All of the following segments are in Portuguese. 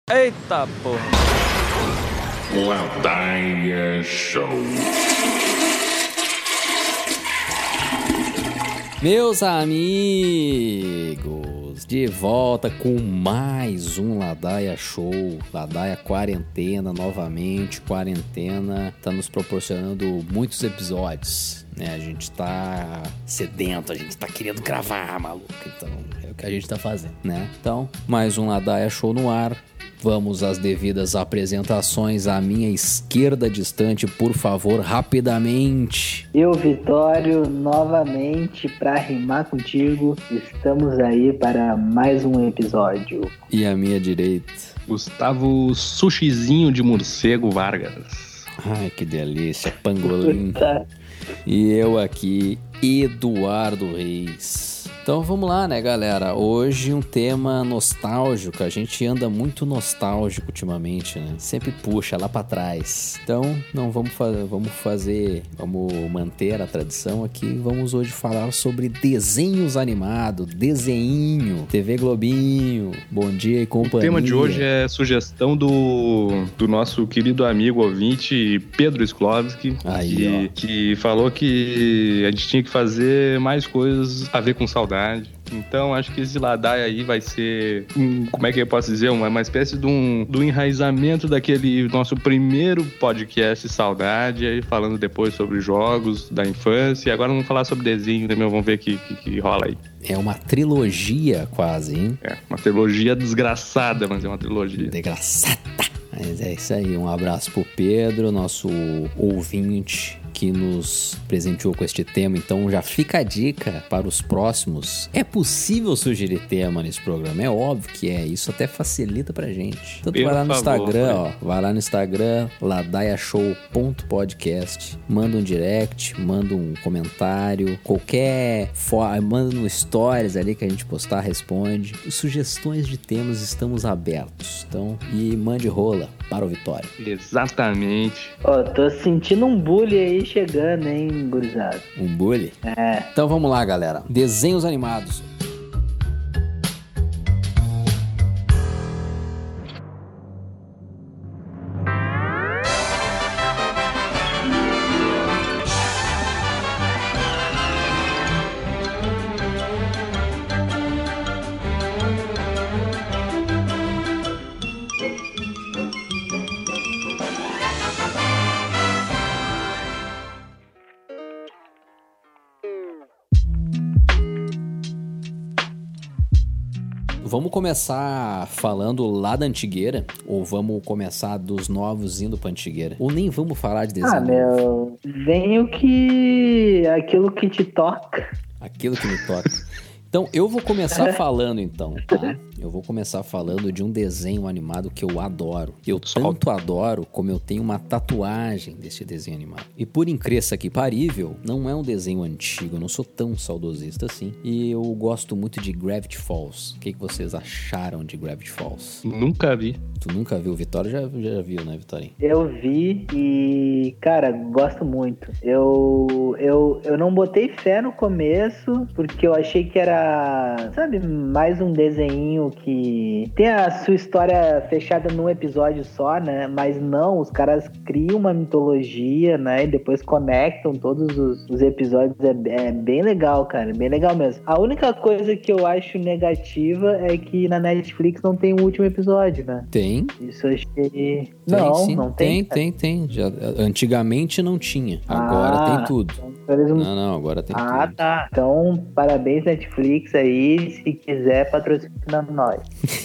Eita porra! Ladaia Show. Meus amigos, de volta com mais um Ladaia Show, Ladaia Quarentena novamente. Quarentena tá nos proporcionando muitos episódios, né? A gente tá sedento, a gente tá querendo gravar, maluco. Então é o que a gente tá fazendo, né? Então, mais um Ladaia Show no ar. Vamos às devidas apresentações. À minha esquerda distante, por favor, rapidamente. Eu, Vitório, novamente para rimar contigo. Estamos aí para mais um episódio. E à minha direita, Gustavo Sushizinho de Morcego Vargas. ai, que delícia, pangolim. E eu aqui, Eduardo Reis. Então vamos lá, né, galera? Hoje um tema nostálgico. A gente anda muito nostálgico ultimamente, né? Sempre puxa lá pra trás. Então não vamos manter a tradição aqui. Vamos hoje falar sobre desenhos animados, desenho, TV Globinho, Bom Dia e Companhia. O tema de hoje é sugestão do nosso querido amigo ouvinte Pedro Sklovski, que falou que a gente tinha que fazer mais coisas a ver com saudade. Então, acho que esse Ladaia aí vai ser, como é que eu posso dizer, uma espécie do enraizamento daquele nosso primeiro podcast Saudade, aí falando depois sobre jogos da infância. E agora vamos falar sobre desenho, né, meu? Vamos ver o que rola aí. É uma trilogia quase, hein? É, uma trilogia desgraçada, mas é uma trilogia. Desgraçada! Mas é isso aí, um abraço pro Pedro, nosso ouvinte que nos presenteou com este tema. Então já fica a dica para os próximos. É possível sugerir tema nesse programa, é óbvio que é. Isso até facilita pra gente. Então tu vai lá no Instagram, ó. Vai lá no Instagram, ladaiashow.podcast. Manda um direct, manda um comentário, manda no stories ali que a gente postar, responde. Sugestões de temas estamos abertos. Então, e mande rola para o Vitória. Exatamente. Ó, tô sentindo um bullying aí chegando, hein, gurizada? Um bullying? É. Então vamos lá, galera. Desenhos animados. Vamos começar falando lá da antigueira? Ou vamos começar dos novos indo pra antigueira? Ou nem vamos falar de desenho novo? Vem aquilo que te toca. Aquilo que me toca. Então, eu vou começar falando então, tá? Eu vou começar falando de um desenho animado que eu adoro. Eu tanto adoro como eu tenho uma tatuagem desse desenho animado. E por incrível que parível, não é um desenho antigo, eu não sou tão saudosista assim. E eu gosto muito de Gravity Falls. O que vocês acharam de Gravity Falls? Nunca vi. Tu nunca viu? O Vitória já viu, né, Vitorinho? Eu vi e, cara, gosto muito. Eu não botei fé no começo, porque eu achei que era, sabe, mais um desenho que tem a sua história fechada num episódio só, né? Mas não, os caras criam uma mitologia, né? E depois conectam todos os episódios. É bem legal, cara, bem legal mesmo. A única coisa que eu acho negativa é que na Netflix não tem o último episódio, né? Tem. Isso eu achei... Sim. Não tem. Tem. Já, antigamente não tinha. Agora tem tudo. Então, Não, agora tem tudo. Ah, tá. Então, parabéns Netflix aí, se quiser patrocinar nós.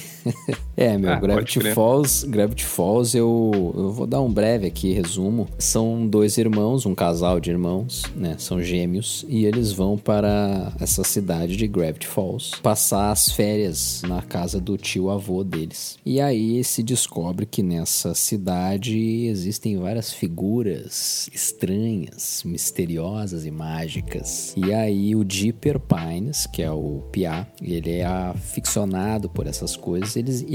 Gravity Falls, eu vou dar um breve aqui, resumo. São dois irmãos, um casal de irmãos, né? São gêmeos, e eles vão para essa cidade de Gravity Falls passar as férias na casa do tio-avô deles. E aí se descobre que nessa cidade existem várias figuras estranhas, misteriosas e mágicas. E aí o Dipper Pines, que é o Piá, ele é aficionado por essas coisas, ele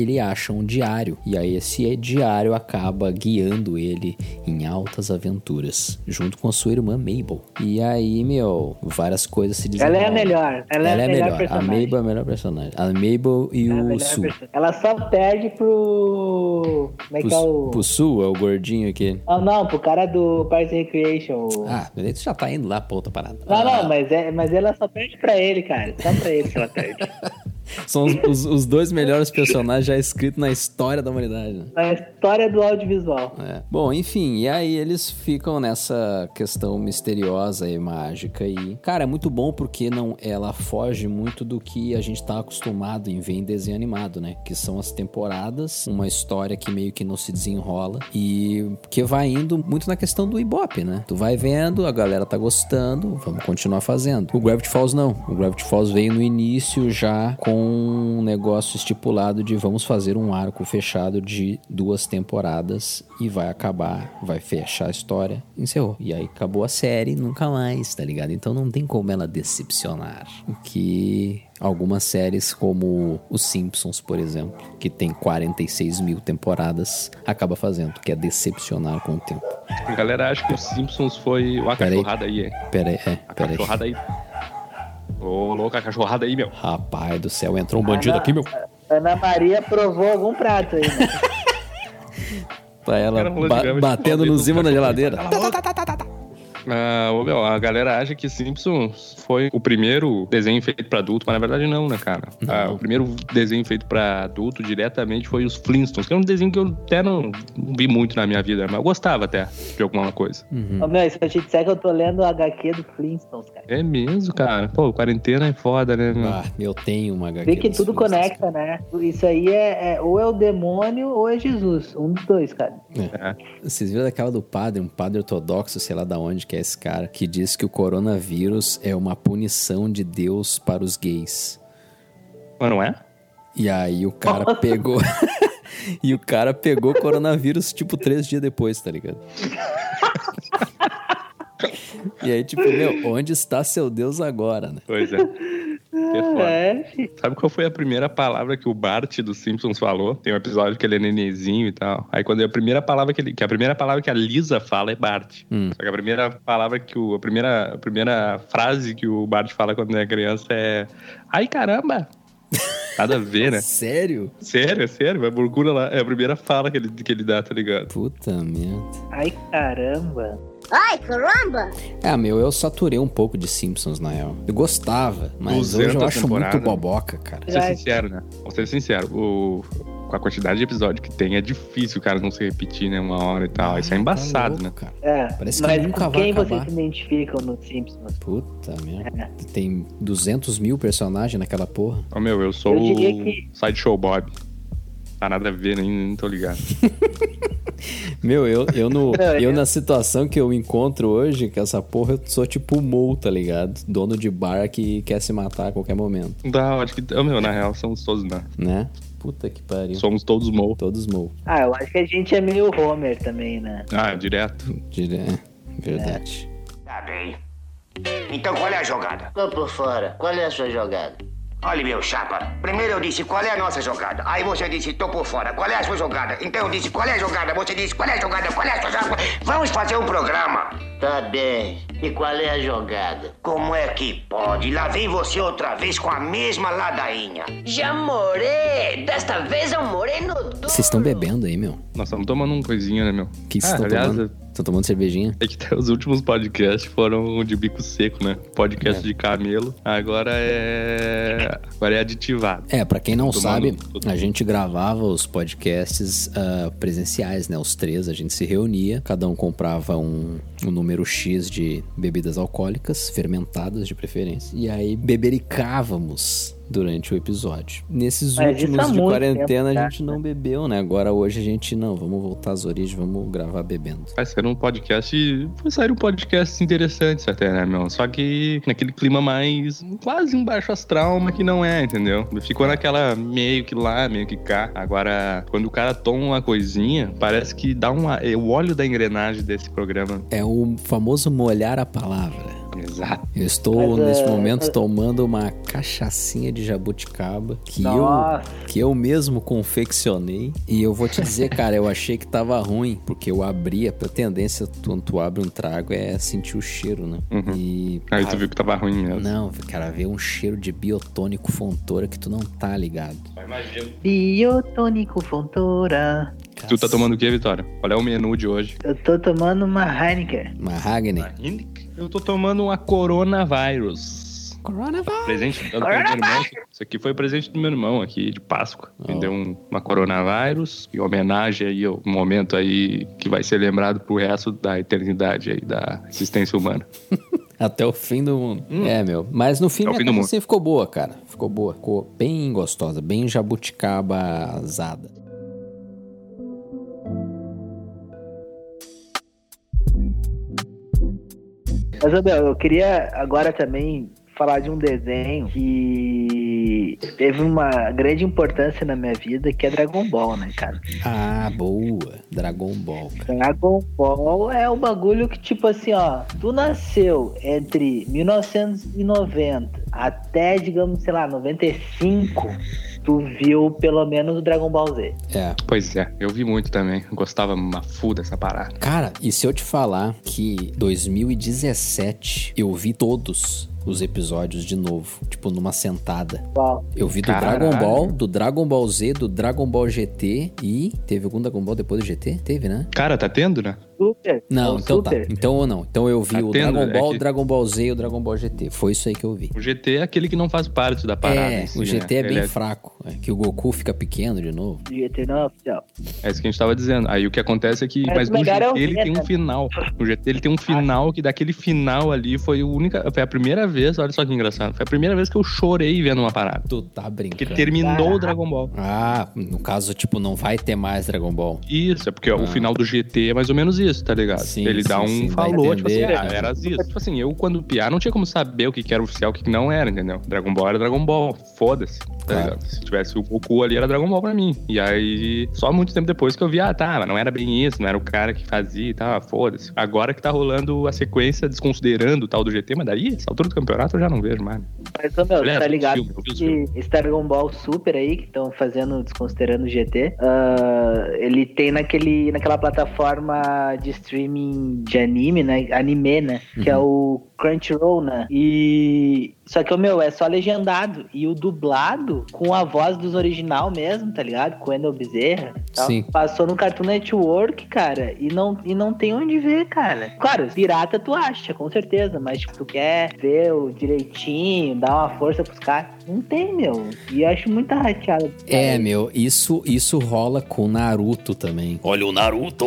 ele acha um diário. E aí esse diário acaba guiando ele em altas aventuras, junto com a sua irmã Mabel. E aí, várias coisas se desenrolam. Ela é a melhor. Ela é a melhor personagem. A Mabel é a melhor personagem. A Mabel e o Su. Ela só perde pro... Como é que é o... Pro Su, é o gordinho aqui. Não, pro cara do Parks and Recreation. Ele já tá indo lá pra outra parada. Não, mas ela só perde pra ele, cara. Só pra ele que ela perde. São os dois melhores personagens já escritos na história da humanidade. Né? Na história do audiovisual. Bom, enfim, e aí eles ficam nessa questão misteriosa e mágica. E, cara, é muito bom porque ela foge muito do que a gente tá acostumado em ver em desenho animado, né? Que são as temporadas, uma história que meio que não se desenrola e que vai indo muito na questão do Ibope, né? Tu vai vendo, a galera tá gostando, vamos continuar fazendo. O Gravity Falls não. O Gravity Falls veio no início já com um negócio estipulado de vamos fazer um arco fechado de 2 temporadas e vai fechar a história, encerrou. E aí acabou a série, nunca mais, tá ligado? Então não tem como ela decepcionar. Que algumas séries como Os Simpsons, por exemplo, que tem 46 mil temporadas, acaba fazendo, que é decepcionar com o tempo. A galera acha que Os Simpsons foi uma cachorrada aí, hein? Pera aí. Cachorrada aí. Ô, louca, a cachorrada aí, meu. Rapaz do céu, entrou um bandido aqui, meu. Ana Maria provou algum prato aí, né? Tá ela batendo no cima da geladeira. A galera acha que Simpsons foi o primeiro desenho feito pra adulto, mas na verdade não, né, cara? O primeiro desenho feito pra adulto diretamente foi os Flintstones, que é um desenho que eu até não vi muito na minha vida, mas eu gostava até de alguma coisa. Se eu te disser que eu tô lendo o HQ do Flintstones, cara. É mesmo, cara. Pô, quarentena é foda, né, meu? Eu tenho uma HQ. Vê que tudo conecta, né? Isso aí ou é o demônio ou é Jesus. Um dos dois, cara. Vocês viram daquela do padre, um padre ortodoxo, sei lá da onde que é esse cara, que diz que o coronavírus é uma punição de Deus para os gays. Mas não é? E aí o cara pegou... E o cara pegou o coronavírus, 3 dias depois, tá ligado? E aí, onde está seu Deus agora, né? Pois é. Sabe qual foi a primeira palavra que o Bart dos Simpsons falou? Tem um episódio que ele é nenenzinho e tal. Aí quando é a primeira palavra que a Lisa fala é Bart. Só que a primeira palavra a primeira frase que o Bart fala quando é criança é: ai, caramba! Nada a ver, né? Sério? Sério. Vai procura lá. É a primeira fala que ele dá, tá ligado? Puta merda. Ai, caramba. Ai, caramba! Eu saturei um pouco de Simpsons, na real. Eu gostava, mas hoje eu acho muito boboca, cara. Vou ser sincero, né? Com a quantidade de episódios que tem, é difícil o cara não se repetir, né? Uma hora e tal. Isso é embaçado, louco, né? Cara. Parece que mas nunca com vai quem acabar. vocês se identificam no Simpsons? Puta merda. Tem 200 mil personagens naquela porra. Eu sou o Sideshow Bob. Tá nada a ver, nem tô ligado. Eu na situação que eu encontro hoje, que essa porra, eu sou tipo o Mo, tá ligado? Dono de bar que quer se matar a qualquer momento. Acho que, na real, somos todos, né? Puta que pariu. Somos todos Mo. Todos Mo. Eu acho que a gente é meio Homer também, né? Direto. Verdade. Tá bem. Então qual é a jogada? Tô por fora. Qual é a sua jogada? Olha, meu chapa. Primeiro eu disse qual é a nossa jogada. Aí você disse tô por fora. Qual é a sua jogada? Então eu disse qual é a jogada. Você disse qual é a jogada? Qual é a sua jogada? Vamos fazer um programa. Tá bem. E qual é a jogada? Como é que pode? Lá vem você outra vez com a mesma ladainha. Já morei. Desta vez eu morei no... Vocês estão bebendo aí, meu? Nós estamos tomando uma coisinha, né, meu? O que vocês estão tomando? Estão tomando cervejinha? É que os últimos podcasts foram de bico seco, né? Podcast de camelo. Agora é aditivado. Pra quem não sabe, a gente gravava os podcasts presenciais, né? Os 3, a gente se reunia, cada um comprava um número X de bebidas alcoólicas, fermentadas de preferência, e aí bebericávamos durante o episódio. Nesses últimos de quarentena a gente não bebeu, né? Agora hoje a gente vamos voltar às origens, vamos gravar bebendo. Vai sair um podcast interessante até, né, meu? Só que naquele clima mais quase um baixo astral, mas que não é, entendeu? Ficou naquela meio que lá, meio que cá. Agora, quando o cara toma uma coisinha, parece que dá o óleo da engrenagem desse programa. É o famoso molhar a palavra. Exato. Eu estou, nesse momento, tomando uma cachaçinha de jabuticaba que eu mesmo confeccionei. E eu vou te dizer, cara, eu achei que tava ruim, porque eu abria, a tendência, quando tu abre um trago, é sentir o cheiro, né? Uhum. E, aí tu viu que tava ruim mesmo. Não, cara, veio um cheiro de biotônico Fontoura que tu não tá ligado. Imagina. Biotônico Fontoura. Tu tá tomando o que, Vitória? Qual é o menu de hoje? Eu tô tomando uma Heineken. Uma Heineken? Eu tô tomando uma Coronavírus. Presente do meu irmão. Isso aqui foi o presente do meu irmão aqui, de Páscoa. Me deu uma Coronavírus, em homenagem aí ao momento aí que vai ser lembrado pro resto da eternidade aí da existência humana. Até o fim do mundo. É, meu. Mas no fim, minha cachaça ficou boa, cara. Ficou boa. Ficou bem gostosa, bem jabuticabazada. Mas, Abel, eu queria agora também falar de um desenho que teve uma grande importância na minha vida, que é Dragon Ball, né, cara? Ah, boa. Dragon Ball, cara. Dragon Ball é o bagulho que, tipo assim, ó, tu nasceu entre 1990 até, digamos, sei lá, 95... tu viu pelo menos o Dragon Ball Z. É. Pois é, eu vi muito também. Gostava uma fuda dessa parada. Cara, e se eu te falar que 2017 eu vi todos os episódios de novo, tipo numa sentada. Uau. Eu vi do Dragon Ball, do Dragon Ball Z, do Dragon Ball GT e teve algum Dragon Ball depois do GT? Teve, né? Cara, tá tendo, né? Super. Não, então super. tá. Então ou não. Então eu vi Tá o tendo, Dragon Ball, que... Dragon Ball Z e o Dragon Ball GT. Foi isso aí que eu vi. O GT é aquele que não faz parte da parada. É, assim, o GT né? é bem fraco. É que o Goku fica pequeno de novo. O GT não é oficial. É isso que a gente tava dizendo. Aí o que acontece é que... Mas no GT ele tem um final. No GT ele tem um final que daquele final ali foi a primeira vez, olha só que engraçado, foi a primeira vez que eu chorei vendo uma parada. Tu tá brincando. Porque terminou o Dragon Ball. Ah, no caso, tipo, não vai ter mais Dragon Ball. Isso, é porque o final do GT é mais ou menos isso, tá ligado? Sim, ele dá sim, falou, tipo assim, entender, era isso. Tipo assim, eu quando piar não tinha como saber o que era oficial, o que não era, entendeu? Dragon Ball era Dragon Ball, foda-se, tá ligado? Se tivesse o Goku ali, era Dragon Ball pra mim. E aí, só muito tempo depois que eu vi, mas não era bem isso, não era o cara que fazia e tal, foda-se. Agora que tá rolando a sequência desconsiderando o tal do GT, mas daí, essa altura do campeonato, eu já não vejo mais. Mas, meu, tá ligado que esse Dragon Ball Super aí, que estão fazendo, desconsiderando o GT, ele tem naquela plataforma de streaming de anime, né? Anime, né? Que é o Crunchyroll, né? E... Só que, é só legendado. E o dublado, com a voz dos original mesmo, tá ligado? Com o Wendell Bezerra e tal. Sim. Passou no Cartoon Network, cara. E não tem onde ver, cara. Claro, pirata tu acha, com certeza. Mas, tipo, tu quer ver o direitinho, dar uma força pros caras. Não tem, meu. E eu acho muita rateada. É, meu. Isso rola com Naruto também. Olha o Naruto!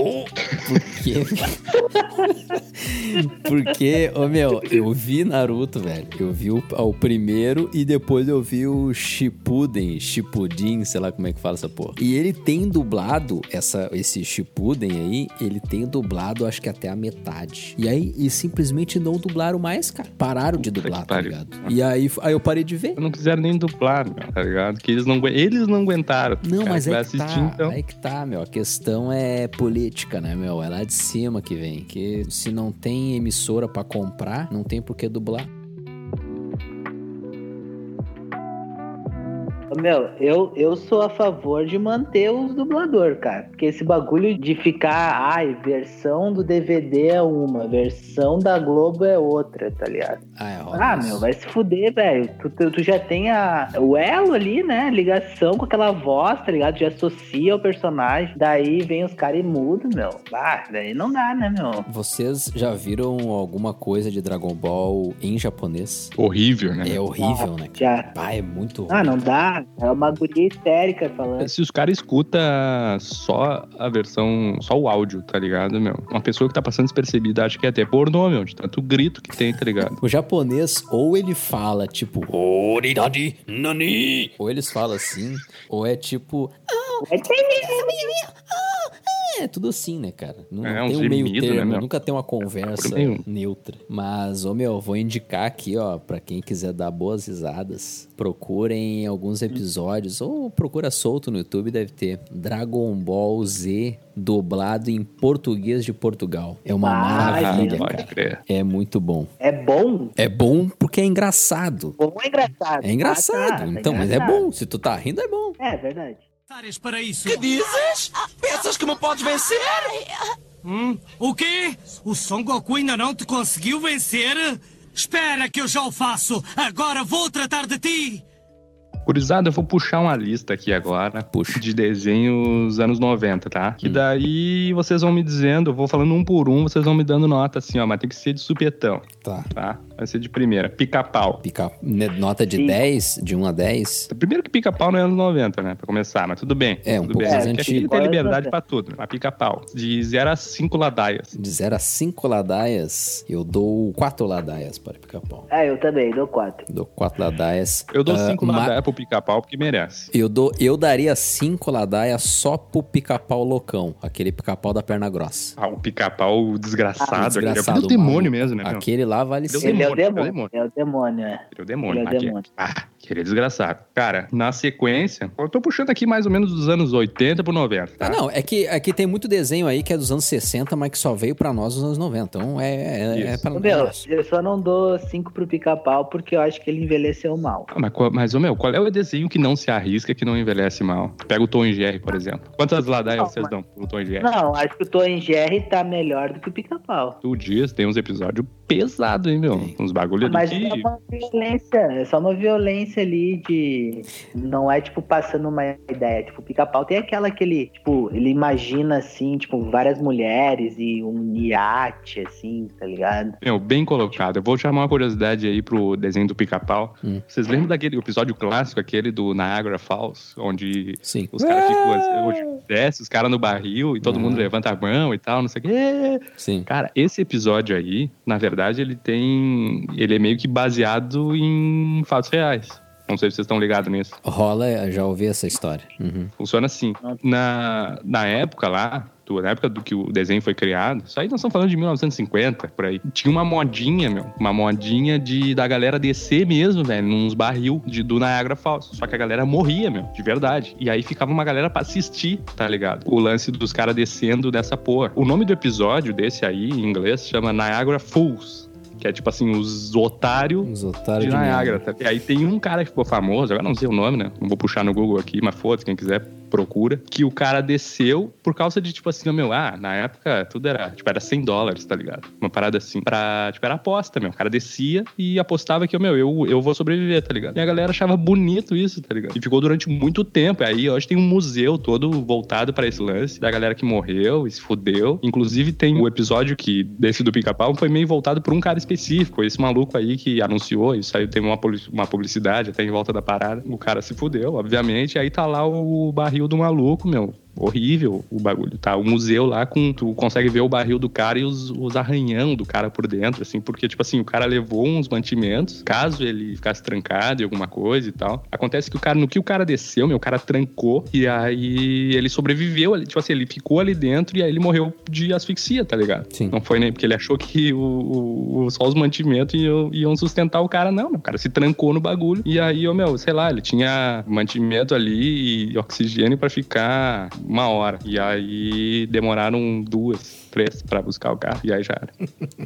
Porque, eu vi Naruto, velho. Eu vi o primeiro e depois eu vi o Shippuden, sei lá como é que fala essa porra. E ele tem dublado, esse Shippuden aí, ele tem dublado acho que até a metade. E aí, simplesmente não dublaram mais, cara. Pararam de dublar, tá ligado? E aí eu parei de ver. Não quiseram nem dublar, meu, tá ligado? Que eles não aguentaram. Não, mas vai assistir, tá, então. Aí que tá, meu. A questão é política, né, meu? É lá de cima que vem. Que se não tem emissora pra comprar, não tem por que dublar. Eu sou a favor de manter os dubladores, cara. Porque esse bagulho de ficar, versão do DVD é uma, versão da Globo é outra, tá ligado? Vai se fuder, velho. Tu já tem o elo ali, né? Ligação com aquela voz, tá ligado? Já associa ao personagem. Daí vem os caras e mudam, meu. Daí não dá, né, meu? Vocês já viram alguma coisa de Dragon Ball em japonês? Horrível, né? É horrível, né? Já. É muito ruim. Não dá. É uma guria histérica falando. Se os caras escutam só a versão, só o áudio, tá ligado, meu? Uma pessoa que tá passando despercebida acha que é até pornô, meu, de tanto grito que tem, tá ligado? O japonês, ou ele fala, tipo, Oridade, Nani! Ou eles falam assim, ou é tipo... É, tudo assim, né, cara? Não É, tem um um meio gemido, termo, né, meu? nunca tem uma conversa neutra. Mas, vou indicar aqui, ó, pra quem quiser dar boas risadas, procurem alguns episódios, ou procura solto no YouTube, deve ter Dragon Ball Z dublado em português de Portugal. É uma maravilha, pode cara. crer. É muito bom. É bom? É bom porque é engraçado. Bom é engraçado. É engraçado. Tá Então, mas é bom. Se tu tá rindo, é bom. É verdade. Para isso. Que dizes? Pensas que me podes vencer? O quê? O Son Goku ainda não te conseguiu vencer? Espera que eu já o faço. Agora vou tratar de ti. Gurizada, eu vou puxar uma lista aqui agora de desenhos anos 90, tá? Que daí vocês vão me dizendo, eu vou falando um por um, vocês vão me dando nota assim, ó, mas tem que ser de supetão. Tá? Vai ser de primeira. Pica-pau. Nota de 10? De 1 a 10? Primeiro que pica-pau não é anos 90, né? Pra começar, mas tudo bem. É, um tudo pouco bem. mais Porque antigo. aqui tem liberdade pra tudo. Mas pica-pau. De 0 a 5 ladaias. De 0 a 5 ladaias, eu dou 4 ladaias para pica-pau. Eu também, dou 4. Dou 4 ladaias. Eu dou 5 ladaias pro pica-pau porque merece. Eu daria 5 ladaias só pro pica-pau loucão. Aquele pica-pau da perna grossa. O pica-pau desgraçado. Desgraçado, Aquele é o demônio mesmo, né? Aquele lá vale 5. Ele é o demônio. É o demônio, é. Ele é o demônio. Ele é o demônio. Aquele é desgraçado. Cara, na sequência, eu tô puxando aqui mais ou menos dos anos 80 pro 90, tá? Não, é que tem muito desenho aí que é dos anos 60, mas que só veio pra nós nos anos 90. Então é pra nós. Eu só não dou 5 pro pica-pau porque eu acho que ele envelheceu mal. Mas, qual é o desenho que não se arrisca, que não envelhece mal? Pega o Tom e Jerry, por exemplo. Quantas ladaias vocês dão pro Tom e Jerry? Não, acho que o Tom e Jerry tá melhor do que o pica-pau. Tu diz, tem uns episódios pesados, hein, meu? Uns bagulho ali Mas que... é só uma violência ali de... Não é, tipo, passando uma ideia. Tipo, o pica-pau tem aquela que ele, tipo, ele imagina, assim, tipo, várias mulheres e um iate, assim, tá ligado? Meu, bem colocado. Eu vou chamar uma curiosidade aí pro desenho do pica-pau. Vocês lembram daquele episódio clássico, aquele do Niagara Falls, onde os caras ficam... Desce os caras no barril e todo mundo levanta a mão e tal, não sei o quê. Sim. Cara, esse episódio aí, na verdade, ele é meio que baseado em fatos reais. Não sei se vocês estão ligados nisso. Rola, já ouvi essa história. Funciona assim. Na época lá, na época do que o desenho foi criado, isso aí nós estamos falando de 1950, por aí. Tinha uma modinha, uma modinha da galera descer mesmo, velho, nos barril do Niagara Falls. Só que a galera morria, de verdade. E aí ficava uma galera pra assistir, tá ligado? O lance dos caras descendo dessa porra. O nome do episódio desse aí, em inglês, chama Niagara Fools. Que é tipo assim, os otários de Niagara. Tá? E aí tem um cara que ficou famoso, agora não sei o nome, né? Não vou puxar no Google aqui, mas foda-se, quem quiser procura. Que o cara desceu por causa de, tipo assim, na época tudo era, tipo, era $100, tá ligado? Uma parada assim, era aposta, O cara descia e apostava que, eu vou sobreviver, tá ligado? E a galera achava bonito isso, tá ligado? E ficou durante muito tempo. E aí hoje tem um museu todo voltado pra esse lance da galera que morreu e se fudeu. Inclusive tem o episódio desse do Pica-Pau foi meio voltado por um cara específico. Esse maluco aí que anunciou, isso aí teve uma publicidade até em volta da parada. O cara se fudeu, obviamente. E aí tá lá o barril do maluco, horrível o bagulho, tá? O museu lá, tu consegue ver o barril do cara e os arranhão do cara por dentro, assim, porque, tipo assim, o cara levou uns mantimentos, caso ele ficasse trancado em alguma coisa e tal. Acontece que no que o cara desceu, o cara trancou e aí ele sobreviveu, tipo assim, ele ficou ali dentro e aí ele morreu de asfixia, tá ligado? Sim. Não foi nem porque ele achou que só os mantimentos iam sustentar o cara, não. O cara se trancou no bagulho e aí, sei lá, ele tinha mantimento ali e oxigênio pra ficar 1 hora. E aí demoraram 2, 3 pra buscar o carro. E aí já era.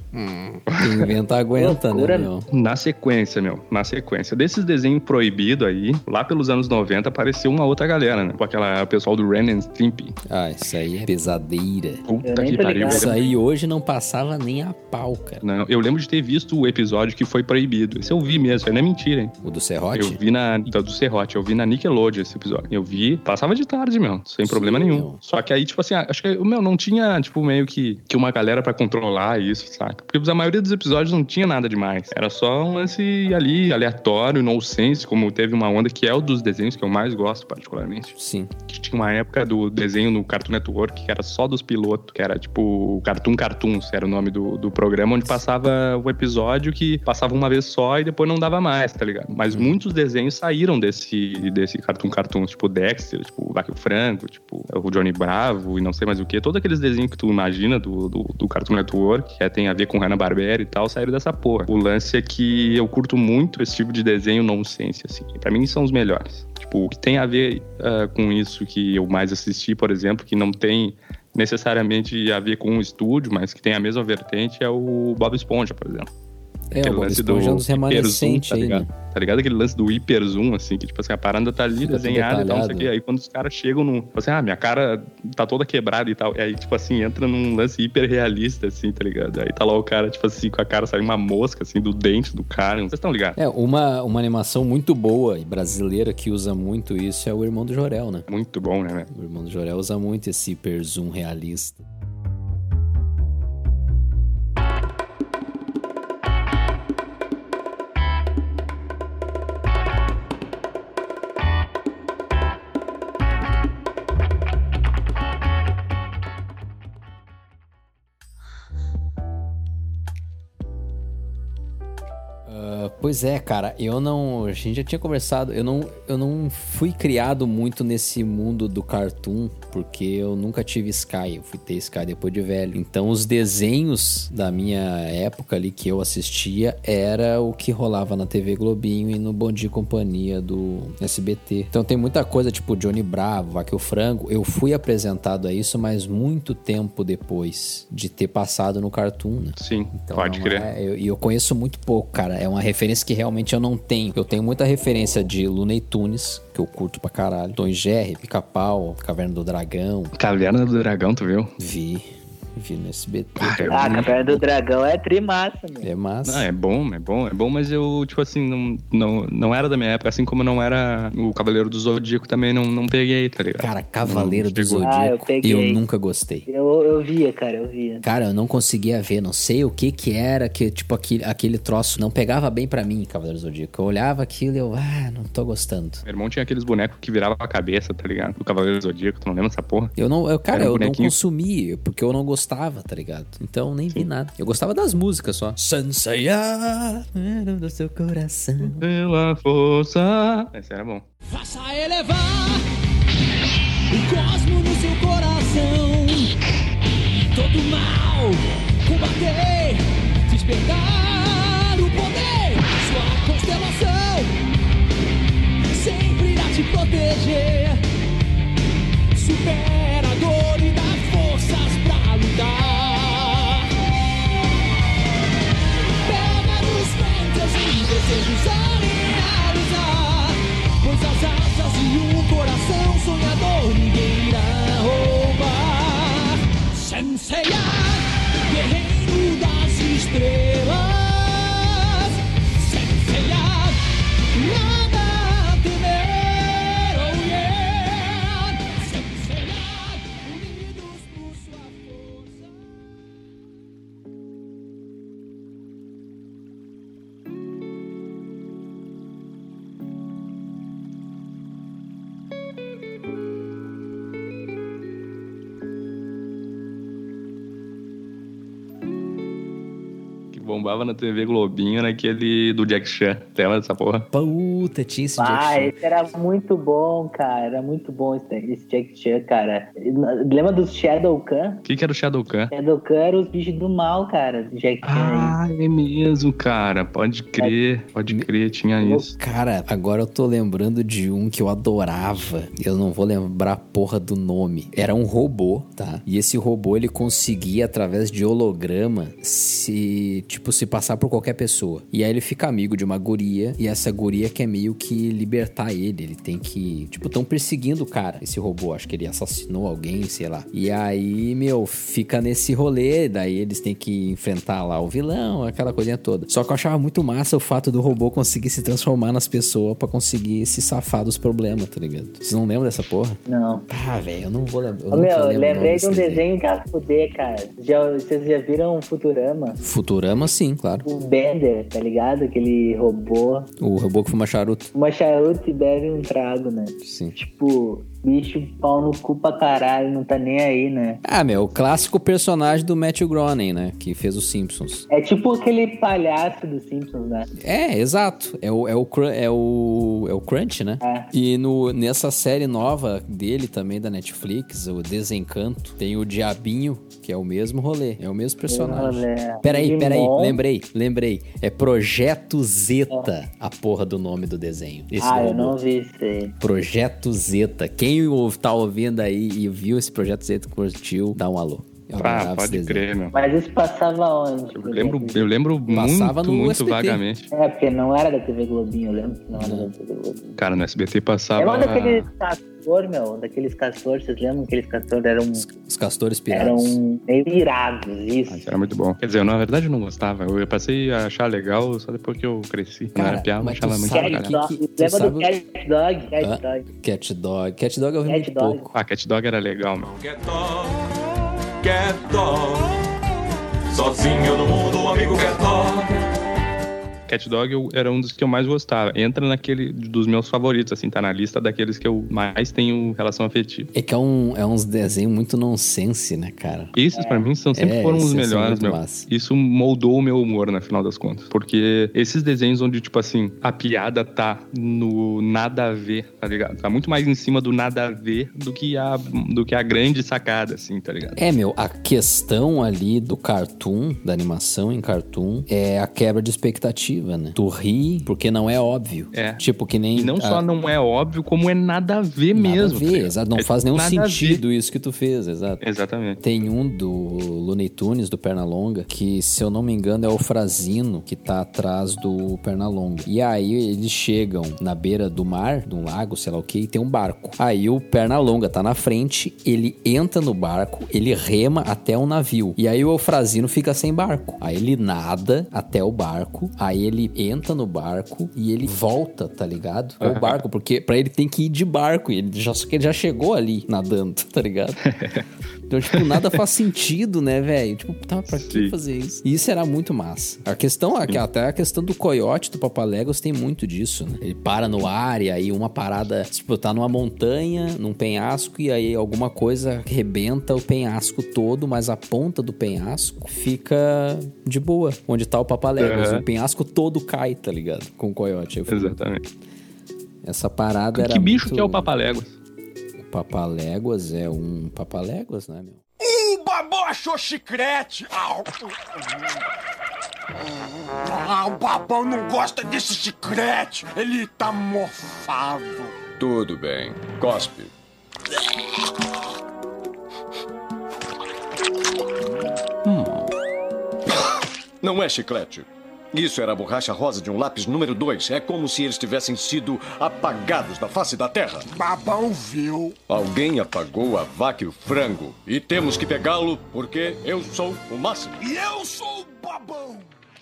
Quem inventa aguenta, né, Na sequência, desses desenhos proibidos aí, lá pelos anos 90, apareceu uma outra galera, né? O pessoal do Ren and Stimpy. Isso aí é pesadeira. Puta que pariu. Isso aí hoje não passava nem a pau, cara. Não, eu lembro de ter visto o episódio que foi proibido. Esse eu vi mesmo, isso aí não é mentira, hein? O do Serrote? Eu vi do Serrote, eu vi na Nickelodeon esse episódio. Eu vi, passava de tarde, sem problema nenhum. Só que aí, tipo assim, acho que, não tinha, tipo, meio que que uma galera pra controlar isso, saca? Porque a maioria dos episódios não tinha nada demais. Era só um lance ali, aleatório, nonsense, como teve uma onda que é o dos desenhos que eu mais gosto, particularmente. Sim. Que tinha uma época do desenho no Cartoon Network, que era só dos pilotos, que era tipo Cartoons, era o nome do programa, onde passava o episódio que passava uma vez só e depois não dava mais, tá ligado? Mas muitos desenhos saíram desse Cartoons, tipo Dexter, tipo Vaca e o Frango, tipo o Johnny Bravo e não sei mais o que. Todos aqueles desenhos que tu imagina do Cartoon Network, que tem a ver com Hanna-Barbera e tal, saíram dessa porra. O lance é que eu curto muito esse tipo de desenho nonsense, assim. Pra mim são os melhores. Tipo, o que tem a ver com isso que eu mais assisti, por exemplo, que não tem necessariamente a ver com um estúdio, mas que tem a mesma vertente, é o Bob Esponja, por exemplo. O Bob Esponja é um dos remanescentes aí, né? Tá ligado? Aquele lance do hiper zoom, assim, que tipo assim, a parada tá ali desenhada e tal, não sei o quê. Aí quando os caras chegam no... Tipo assim, minha cara tá toda quebrada e tal. E aí, tipo assim, entra num lance hiper realista, assim, tá ligado? Aí tá lá o cara, tipo assim, com a cara, sai uma mosca, assim, do dente do cara. Vocês estão ligados? Uma animação muito boa e brasileira que usa muito isso é o Irmão do Jorel, né? Muito bom, né, velho? O Irmão do Jorel usa muito esse hiper zoom realista. Pois é, cara, a gente já tinha conversado, eu não fui criado muito nesse mundo do Cartoon, porque eu nunca tive Sky, eu fui ter Sky depois de velho. Então os desenhos da minha época ali que eu assistia era o que rolava na TV Globinho e no Bom Dia e Companhia do SBT. Então tem muita coisa tipo Johnny Bravo, Vaca e o Frango, eu fui apresentado a isso, mas muito tempo depois de ter passado no Cartoon, né? Sim, então, pode crer. E eu conheço muito pouco, cara, é uma referência que realmente eu não tenho. Eu tenho muita referência de Looney Tunes, que eu curto pra caralho. Tom e Jerry, Pica-Pau, Caverna do Dragão. Caverna do Dragão, tu viu? Vi no SBT. Caverna do Dragão é trimassa, meu. É massa. Não, é bom, mas eu, tipo assim, não era da minha época, assim como não era o Cavaleiro do Zodíaco, também não peguei, tá ligado? Cara, Cavaleiro do Zodíaco, eu nunca gostei. Eu via, cara, eu via. Cara, eu não conseguia ver, não sei o que era, que tipo, aquele troço não pegava bem pra mim, Cavaleiro do Zodíaco. Eu olhava aquilo e eu, não tô gostando. Meu irmão tinha aqueles bonecos que viravam a cabeça, tá ligado? Do Cavaleiro do Zodíaco, tu não lembra dessa porra? Eu não consumi, porque eu não gostava, tá ligado? Então nem vi nada. Eu gostava das músicas só. Sanseiya do seu coração. Pela força. Esse era bom. Faça elevar o cosmo no seu coração. Todo mal combater, despertar o poder. Sua constelação sempre irá te proteger. Supera a dor e dá forças pra lutar. Pega nos ventos e desejos a realizar, pois as asas e um coração sonhador ninguém irá roubar. Sanseiya, guerreiro das estrelas. Sanseiya, nada a temer, oh yeah. Sanseiya, unidos por sua força. Bombava na TV Globinho, naquele do Jack Chan. Lembra dessa porra? Puta, tinha esse Jack Chan. Esse era muito bom, cara. Era muito bom esse Jack Chan, cara. Lembra do Shadow Khan? O que era o Shadow Khan? Shadow Khan era os bichos do mal, cara. Do Jack Chan. É mesmo, cara. Pode crer, tinha isso. Cara, agora eu tô lembrando de um que eu adorava. Eu não vou lembrar a porra do nome. Era um robô, tá? E esse robô, ele conseguia, através de holograma, se tipo, se passar por qualquer pessoa. E aí ele fica amigo de uma guria, e essa guria quer meio que libertar ele. Ele tem que... Tipo, tão perseguindo o cara, esse robô. Acho que ele assassinou alguém, sei lá. E aí, fica nesse rolê, daí eles têm que enfrentar lá o vilão, aquela coisinha toda. Só que eu achava muito massa o fato do robô conseguir se transformar nas pessoas pra conseguir se safar dos problemas, tá ligado? Vocês não lembram dessa porra? Não. Ah, velho, eu não vou lembrar. Eu lembrei de um desenho que ia fuder, cara. Vocês já viram Futurama? Futurama, sim, claro. O Bender, tá ligado? Aquele robô. O robô que fuma charuto. Fuma charuto e bebe um trago, né? Sim. Tipo... Bicho, pau no cu pra caralho, não tá nem aí, né? Ah, o clássico personagem do Matthew Groening, né? Que fez os Simpsons. É tipo aquele palhaço dos Simpsons, né? É, exato. É o Crunch, né? É. E nessa série nova dele também, da Netflix, o Desencanto, tem o Diabinho, que é o mesmo rolê. É o mesmo personagem. Peraí, lembrei. É Projeto Zeta, a porra do nome do desenho. Eu não vi isso aí. Projeto Zeta. Quem tá ouvindo aí e viu esse Projeto Z, curtiu, dá um alô. Pode crer, meu. Mas isso passava onde? Eu lembro muito vagamente. É, porque não era da TV Globinho, eu lembro que não era da TV Globinho. Cara, no SBT passava... É um daqueles daqueles castores, vocês lembram que aqueles castores eram... Os castores pirados. Eram meio irados, isso. Isso era muito bom. Quer dizer, eu na verdade não gostava. Eu passei a achar legal só depois que eu cresci. Cara, não era piada, mas achava muito legal. Lembra do Cat Dog? Cat Dog eu vi muito pouco. Cat Dog era legal, meu. Cat Dog, sozinho no mundo, o amigo Cat Dog. Cat Dog era um dos que eu mais gostava. Entra naquele dos meus favoritos, assim, tá na lista daqueles que eu mais tenho relação afetiva. É que é uns desenhos muito nonsense, né, cara? Esses, pra mim, sempre foram os melhores, meu. Massa. Isso moldou o meu humor, no final das contas. Porque esses desenhos onde, tipo assim, a piada tá no nada a ver, tá ligado? Tá muito mais em cima do nada a ver do que a grande sacada, assim, tá ligado? A questão ali do cartoon, da animação em cartoon, é a quebra de expectativa. Né? Tu ri porque não é óbvio. Tipo, que nem... E não só não é óbvio, como é nada a ver mesmo. Nada a ver, exato. Não faz nenhum sentido isso que tu fez, exato. Exatamente. Tem um do Looney Tunes, do Pernalonga, que, se eu não me engano, é o Frazino que tá atrás do Pernalonga. E aí eles chegam na beira do mar, de um lago, sei lá o que, e tem um barco. Aí o Pernalonga tá na frente, ele entra no barco, ele rema até um navio. E aí o Eufrazino fica sem barco. Aí ele nada até o barco, aí ele entra no barco e ele volta, tá ligado? Com o barco, porque pra ele tem que ir de barco. E só que ele já chegou ali nadando, tá ligado? Então, tipo, nada faz sentido, né, velho? Tipo, pra que fazer isso? E isso era muito massa. A questão, até a questão do coiote do Papaléguas tem muito disso, né? Ele para no ar e aí uma parada, tipo, tá numa montanha, num penhasco, e aí alguma coisa arrebenta o penhasco todo, mas a ponta do penhasco fica de boa, onde tá o Papaléguas. O penhasco todo cai, tá ligado? Com o coiote. Exatamente. Essa parada era que bicho muito... que é o Papaléguas? Papaléguas é um Papaléguas, né, meu? O Babão achou chiclete! O Babão não gosta desse chiclete! Ele tá mofado! Tudo bem, cospe. Não é chiclete. Isso era a borracha rosa de um lápis número 2. É como se eles tivessem sido apagados da face da terra. Babão viu. Alguém apagou a vaca e o frango. E temos que pegá-lo porque eu sou o máximo. E eu sou o Babão.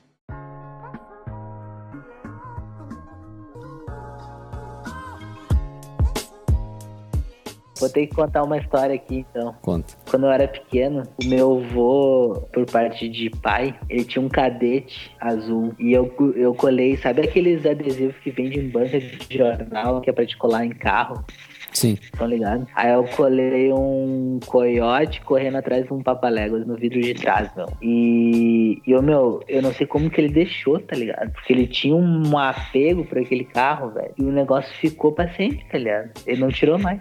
Vou ter que contar uma história aqui, então. Conta. Quando eu era pequeno, o meu avô, por parte de pai, ele tinha um Cadete azul. E eu colei, sabe aqueles adesivos que vendem em banca de jornal, que é pra te colar em carro? Sim. Estão ligados? Aí eu colei um coiote correndo atrás de um Papaléguas no vidro de trás, meu. E eu não sei como que ele deixou, tá ligado? Porque ele tinha um apego por aquele carro, velho. E o negócio ficou pra sempre, tá ligado? Ele não tirou mais.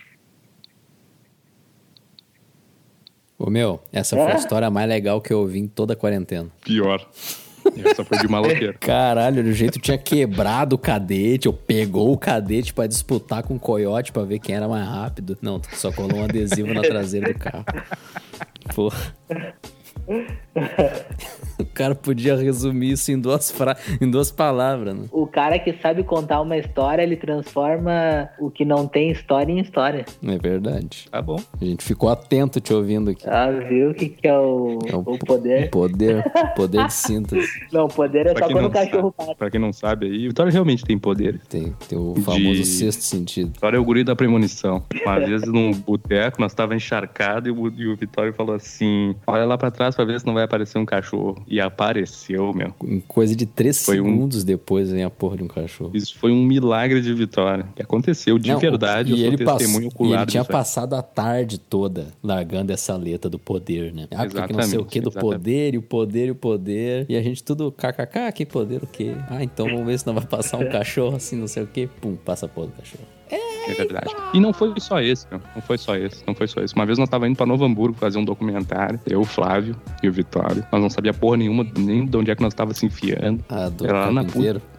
Ô, meu, essa foi a história mais legal que eu ouvi em toda a quarentena. Pior. Essa foi de maloqueiro. Caralho, do jeito tinha quebrado o Cadete, ou pegou o Cadete pra disputar com o coiote pra ver quem era mais rápido. Não, só colou um adesivo na traseira do carro. Porra. O cara podia resumir isso em duas palavras, né? O cara que sabe contar uma história, ele transforma o que não tem história em história. É verdade. Tá bom. A gente ficou atento te ouvindo aqui. Ah, viu o que é o poder? Poder de síntese. Não, poder é pra só quando o cachorro passa. Pra quem não sabe aí, o Vitória realmente tem poder. Tem o famoso sexto sentido. Vitória é o guri da premonição. Uma vez num boteco, nós tava encharcado e o Vitória falou assim, olha lá pra trás pra ver se não vai aparecer um cachorro. E apareceu, meu. Em coisa de 3 segundos depois vem a porra de um cachorro. Isso foi um milagre de Vitória. Que aconteceu de verdade. Eu sou testemunho ocular. E ele tinha passado a tarde toda largando essa letra do poder, né? Ah, porque não sei o que do poder, e o poder, e o poder. E a gente tudo kkk, que poder o quê? Ah, então vamos ver se não vai passar um cachorro assim, não sei o quê. Pum, passa a porra do cachorro. É verdade. E não foi só esse, meu. Não foi só esse. Uma vez nós tava indo pra Novo Hamburgo fazer um documentário. Eu, o Flávio e o Vitório. Nós não sabia porra nenhuma, nem de onde é que nós tava se enfiando. Era lá na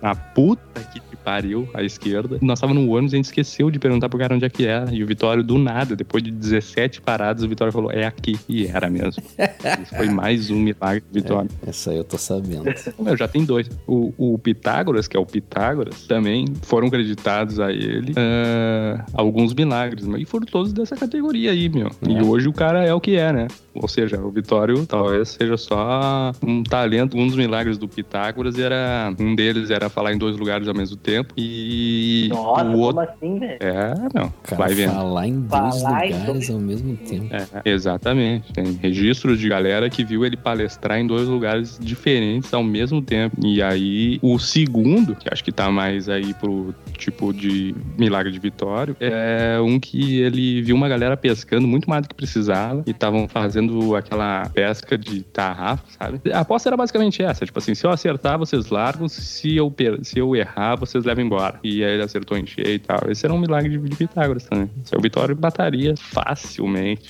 puta que pariu, à esquerda. Nós tava no ônibus e a gente esqueceu de perguntar pro cara onde é que era. E o Vitório, do nada, depois de 17 paradas, o Vitório falou, é aqui. E era mesmo. Isso foi mais um milagre do Vitório. Essa aí eu tô sabendo. Eu já tenho 2. O Pitágoras, que é o Pitágoras, também foram creditados a ele alguns milagres, e foram todos dessa categoria aí, meu. E hoje o cara é o que é, né? Ou seja, o Vitório talvez seja só um talento. Um dos milagres do Pitágoras um deles era falar em 2 lugares ao mesmo tempo. E nossa, o outro... como assim, velho? Não. Cara, vai vendo. Falar em 2 lugares ao mesmo tempo. Exatamente. Tem registros de galera que viu ele palestrar em 2 lugares diferentes ao mesmo tempo. E aí, o segundo, que acho que tá mais aí pro tipo de milagre de Vitório, é um que ele viu uma galera pescando muito mais do que precisava e estavam fazendo aquela pesca de tarrafa, sabe? A aposta era basicamente essa, tipo assim, se eu acertar, vocês largam, se eu errar, vocês levam embora. E aí ele acertou em cheio e tal. Esse era um milagre de Pitágoras também. O Vitório bataria facilmente.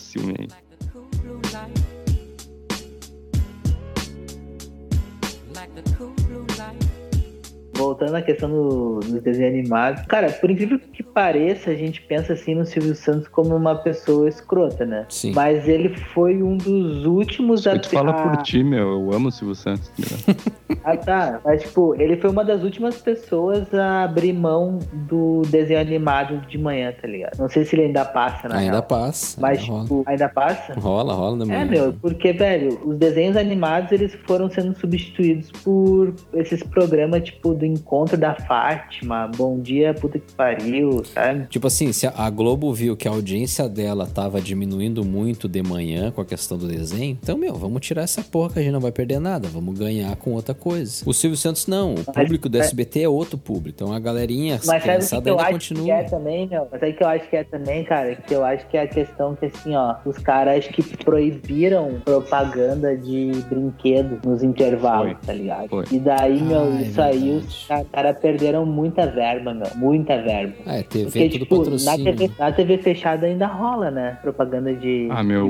Voltando à questão dos desenhos animados, cara, por incrível que pareça, a gente pensa assim no Silvio Santos como uma pessoa escrota, né? Sim. Mas ele foi um dos últimos a... Tu fala por ti, meu, eu amo o Silvio Santos. Tá, mas tipo, ele foi uma das últimas pessoas a abrir mão do desenho animado de manhã, tá ligado? Não sei se ele ainda passa, né? Ainda passa. Mas, tipo, ainda passa? Rola de manhã. Meu, porque, velho, os desenhos animados, eles foram sendo substituídos por esses programas, tipo, do Encontro da Fátima, Bom Dia, Puta que Pariu, sabe? Tipo assim, se a Globo viu que a audiência dela tava diminuindo muito de manhã com a questão do desenho, então, vamos tirar essa porra que a gente não vai perder nada, vamos ganhar com outra coisa. O Silvio Santos não, o público do SBT é outro público, então a galerinha criançada ainda continua. Mas sabe o que eu acho que é também, meu? Mas sabe o que eu acho que é também, cara? Que eu acho que é a questão que, assim, ó, os caras que proibiram propaganda de brinquedo nos intervalos, tá ligado? E daí, isso aí, os caras perderam muita verba, meu. Muita verba. TV porque, tudo tipo, patrocínio. Na TV fechada ainda rola, né? Propaganda de...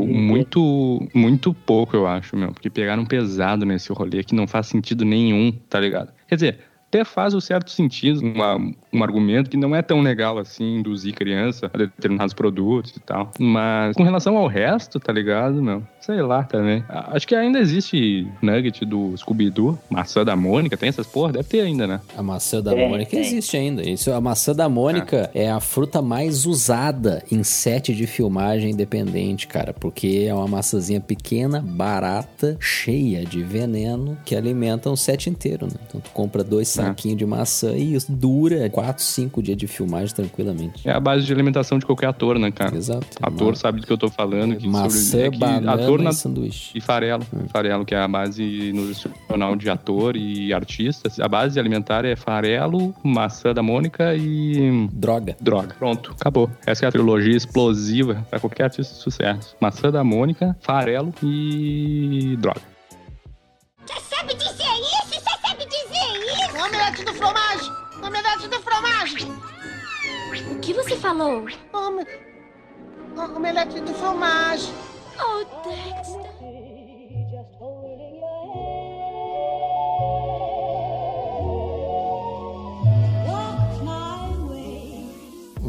muito pouco, eu acho, meu. Porque pegaram pesado nesse rolê que não faz sentido nenhum, tá ligado? Quer dizer... até faz um certo sentido, um argumento que não é tão legal assim, induzir criança a determinados produtos e tal. Mas com relação ao resto, tá ligado, meu? Sei lá também. Acho que ainda existe nugget do Scooby-Doo, maçã da Mônica, tem essas porra? Deve ter ainda, né? A maçã da Mônica existe ainda. A maçã da Mônica é a fruta mais usada em set de filmagem independente, cara, porque é uma maçãzinha pequena, barata, cheia de veneno, que alimenta um set inteiro, né? Então tu compra 2 saquinhos de maçã e isso dura 4, 5 dias de filmagem tranquilamente. É a base de alimentação de qualquer ator, né, cara? Exato. Ator sabe do que eu tô falando. Maçã, banana e sanduíche. E farelo. Farelo, que é a base nutricional de ator e artista. A base alimentar é farelo, maçã da Mônica e... Droga. Pronto, acabou. Essa é a trilogia explosiva para qualquer artista de sucesso. Maçã da Mônica, farelo e droga. Você sabe dizer isso? Você sabe dizer isso? Omelete do fromage! Omelete do fromage! O que você falou? Omelete do fromage! Oh, Dexter!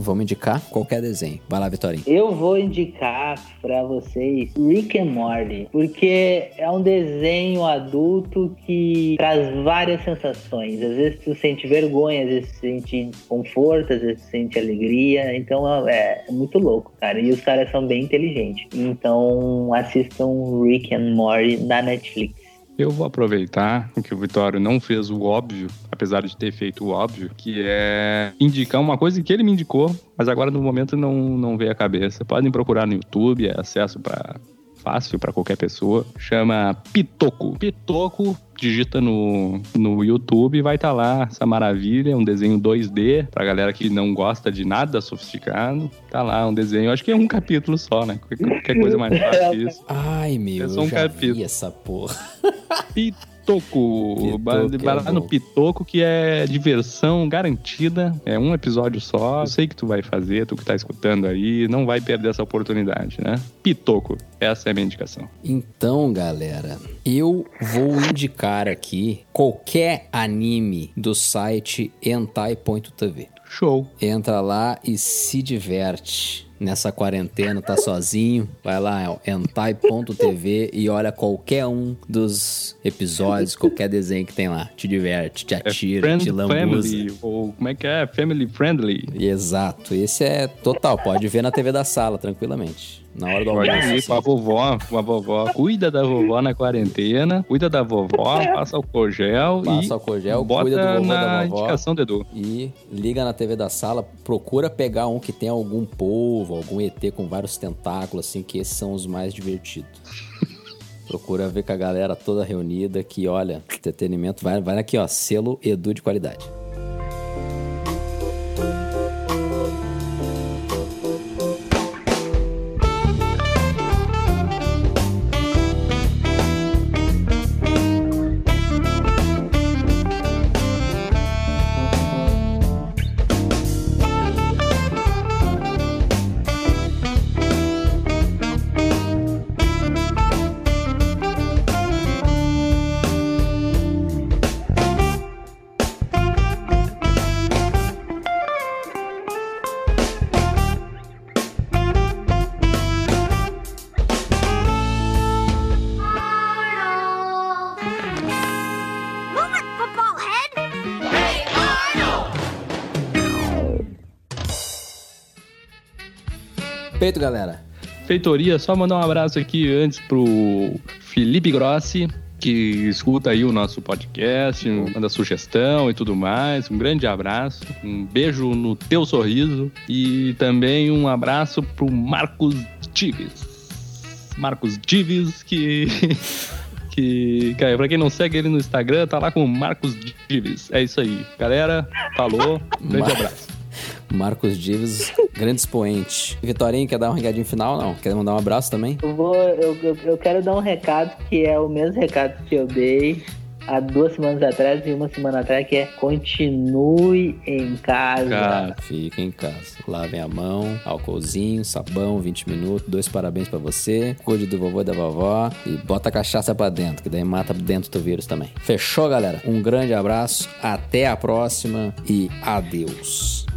vamos indicar qualquer desenho. Vai lá, Vitorinho. Eu vou indicar pra vocês Rick and Morty, porque é um desenho adulto que traz várias sensações. Às vezes tu sente vergonha, às vezes tu sente conforto, às vezes tu sente alegria. Então é muito louco, cara. E os caras são bem inteligentes. Então assistam Rick and Morty na Netflix. Eu vou aproveitar que o Vitório não fez o óbvio, apesar de ter feito o óbvio, que é indicar uma coisa que ele me indicou, mas agora no momento não veio à cabeça. Podem procurar no YouTube, é acesso fácil para qualquer pessoa. Chama Pitoco. Pitoco, digita no YouTube e vai estar lá essa maravilha, um desenho 2D, pra galera que não gosta de nada sofisticado. Tá lá um desenho, acho que é um capítulo só, né? Qualquer coisa mais fácil que isso. Ai, meu, eu já vi essa porra. Pitoco. Vai lá no Pitoco, que é diversão garantida. É um episódio só. Eu sei que tu vai fazer, tu que tá escutando aí, não vai perder essa oportunidade, né? Pitoco. Essa é a minha indicação. Então, galera, eu vou indicar aqui qualquer anime do site hentai.tv. Show. Entra lá e se diverte. Nessa quarentena, tá sozinho, vai lá, hentai.tv e olha qualquer um dos episódios, qualquer desenho que tem lá. Te diverte, te atira, te lambuza. Family, ou como é que é? Family friendly. Exato, esse é total, pode ver na TV da sala, tranquilamente. Na hora do almoço. Pode ir com a vovó. Cuida da vovó na quarentena, cuida da vovó, passa álcool gel cuida do vovô na da vovó. Indicação do Edu. E liga na TV da sala, procura pegar um que tem algum polvo, algum ET com vários tentáculos, assim, que esses são os mais divertidos. Procura ver com a galera toda reunida, que olha, entretenimento, vai aqui, ó, selo Edu de qualidade. Feito, galera. Feitoria, só mandar um abraço aqui antes pro Felipe Grossi, que escuta aí o nosso podcast, manda sugestão e tudo mais. Um grande abraço, um beijo no teu sorriso e também um abraço pro Marcos Dives. Marcos Dives, que cara, pra quem não segue ele no Instagram, tá lá com o Marcos Dives. É isso aí. Galera, falou, grande abraço. Marcos Dives, grande expoente. Vitorinho, quer dar um recadinho final, não? Quer mandar um abraço também? Eu quero dar um recado, que é o mesmo recado que eu dei há 2 semanas atrás e 1 semana atrás, que é: continue em casa. Cara, fica em casa. Lavem a mão, álcoolzinho, sabão, 20 minutos, 2 parabéns pra você. Cuide do vovô e da vovó e bota a cachaça pra dentro, que daí mata dentro do vírus também. Fechou, galera? Um grande abraço, até a próxima e adeus.